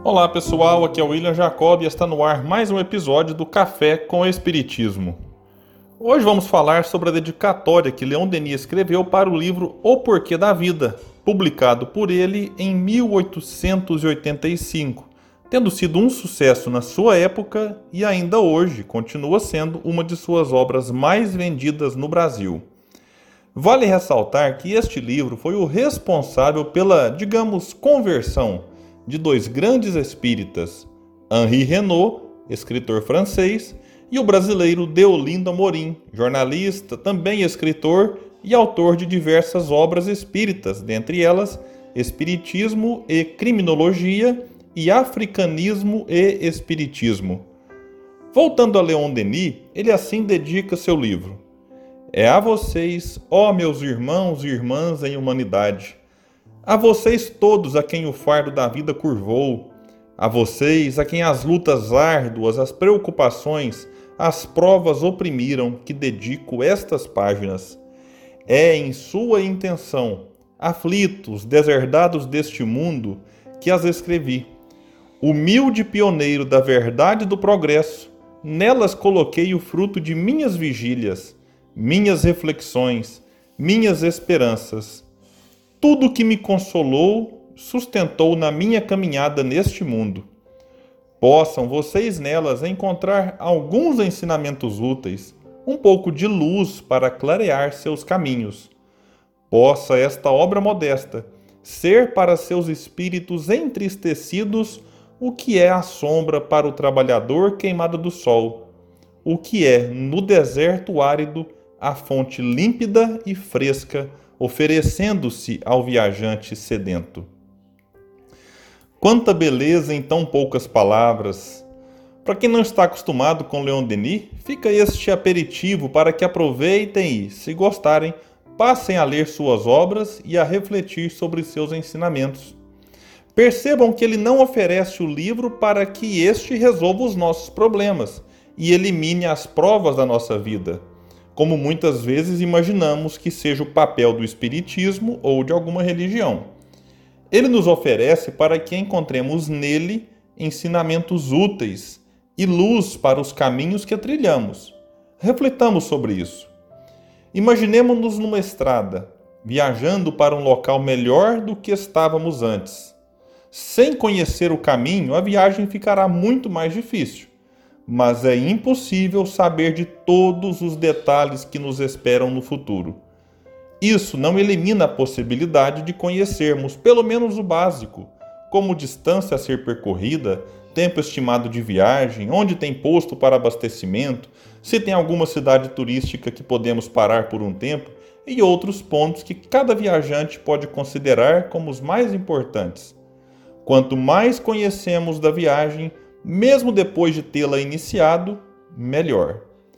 Olá pessoal, aqui é o William Jacob e está no ar mais um episódio do Café com Espiritismo. Hoje vamos falar sobre a dedicatória que Leon Denis escreveu para o livro O Porquê da Vida, publicado por ele em 1885, tendo sido um sucesso na sua época e ainda hoje continua sendo uma de suas obras mais vendidas no Brasil. Vale ressaltar que este livro foi o responsável pela, digamos, conversão de dois grandes espíritas, Henri Renaud, escritor francês, e o brasileiro Deolindo Amorim, jornalista, também escritor e autor de diversas obras espíritas, dentre elas Espiritismo e Criminologia e Africanismo e Espiritismo. Voltando a Leon Denis, ele assim dedica seu livro: É a vocês, ó meus irmãos e irmãs em humanidade, a vocês todos a quem o fardo da vida curvou, a vocês a quem as lutas árduas, as preocupações, as provas oprimiram, que dedico estas páginas. É em sua intenção, aflitos, deserdados deste mundo, que as escrevi. Humilde pioneiro da verdade e do progresso, nelas coloquei o fruto de minhas vigílias, minhas reflexões, minhas esperanças. Tudo que me consolou, sustentou na minha caminhada neste mundo. Possam vocês nelas encontrar alguns ensinamentos úteis, um pouco de luz para clarear seus caminhos. Possa esta obra modesta ser para seus espíritos entristecidos o que é a sombra para o trabalhador queimado do sol, o que é, no deserto árido, a fonte límpida e fresca, oferecendo-se ao viajante sedento. Quanta beleza em tão poucas palavras! Para quem não está acostumado com Leon Denis, fica este aperitivo para que aproveitem e, se gostarem, passem a ler suas obras e a refletir sobre seus ensinamentos. Percebam que ele não oferece o livro para que este resolva os nossos problemas e elimine as provas da nossa vida, como muitas vezes imaginamos que seja o papel do espiritismo ou de alguma religião. Ele nos oferece para que encontremos nele ensinamentos úteis e luz para os caminhos que trilhamos. Refletamos sobre isso. Imaginemo-nos numa estrada, viajando para um local melhor do que estávamos antes. Sem conhecer o caminho, a viagem ficará muito mais difícil. Mas é impossível saber de todos os detalhes que nos esperam no futuro. Isso não elimina a possibilidade de conhecermos pelo menos o básico, como distância a ser percorrida, tempo estimado de viagem, onde tem posto para abastecimento, se tem alguma cidade turística que podemos parar por um tempo e outros pontos que cada viajante pode considerar como os mais importantes. Quanto mais conhecemos da viagem, mesmo depois de tê-la iniciado, melhor.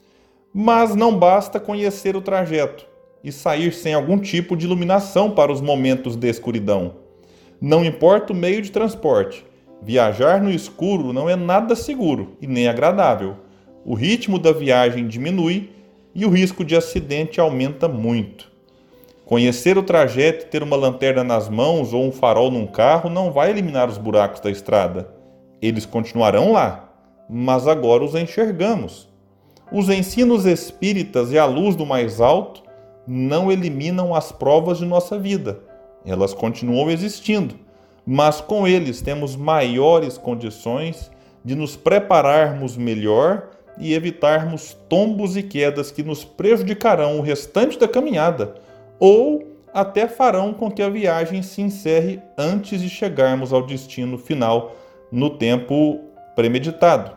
Mas não basta conhecer o trajeto e sair sem algum tipo de iluminação para os momentos de escuridão. Não importa o meio de transporte, viajar no escuro não é nada seguro e nem agradável. O ritmo da viagem diminui e o risco de acidente aumenta muito. Conhecer o trajeto e ter uma lanterna nas mãos ou um farol num carro não vai eliminar os buracos da estrada. Eles continuarão lá, mas agora os enxergamos. Os ensinos espíritas e a luz do mais alto não eliminam as provas de nossa vida. Elas continuam existindo, mas com eles temos maiores condições de nos prepararmos melhor e evitarmos tombos e quedas que nos prejudicarão o restante da caminhada ou até farão com que a viagem se encerre antes de chegarmos ao destino final no tempo premeditado.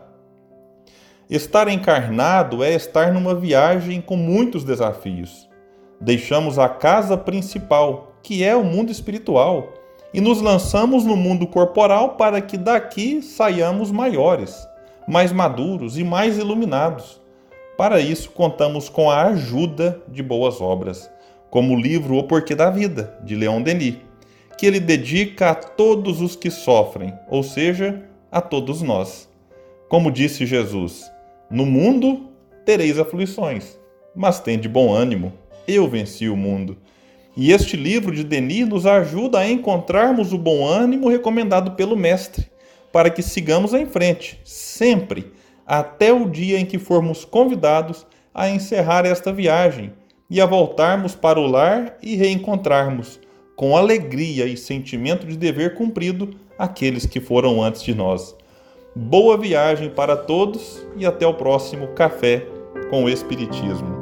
Estar encarnado é estar numa viagem com muitos desafios. Deixamos a casa principal, que é o mundo espiritual, e nos lançamos no mundo corporal para que daqui saiamos maiores, mais maduros e mais iluminados. Para isso, contamos com a ajuda de boas obras, como o livro O Porquê da Vida, de Leon Denis, que ele dedica a todos os que sofrem, ou seja, a todos nós. Como disse Jesus, no mundo tereis aflições, mas tende bom ânimo, eu venci o mundo. E este livro de Denis nos ajuda a encontrarmos o bom ânimo recomendado pelo Mestre, para que sigamos em frente, sempre, até o dia em que formos convidados a encerrar esta viagem e a voltarmos para o lar e reencontrarmos, com alegria e sentimento de dever cumprido, aqueles que foram antes de nós. Boa viagem para todos e até o próximo Café com o Espiritismo.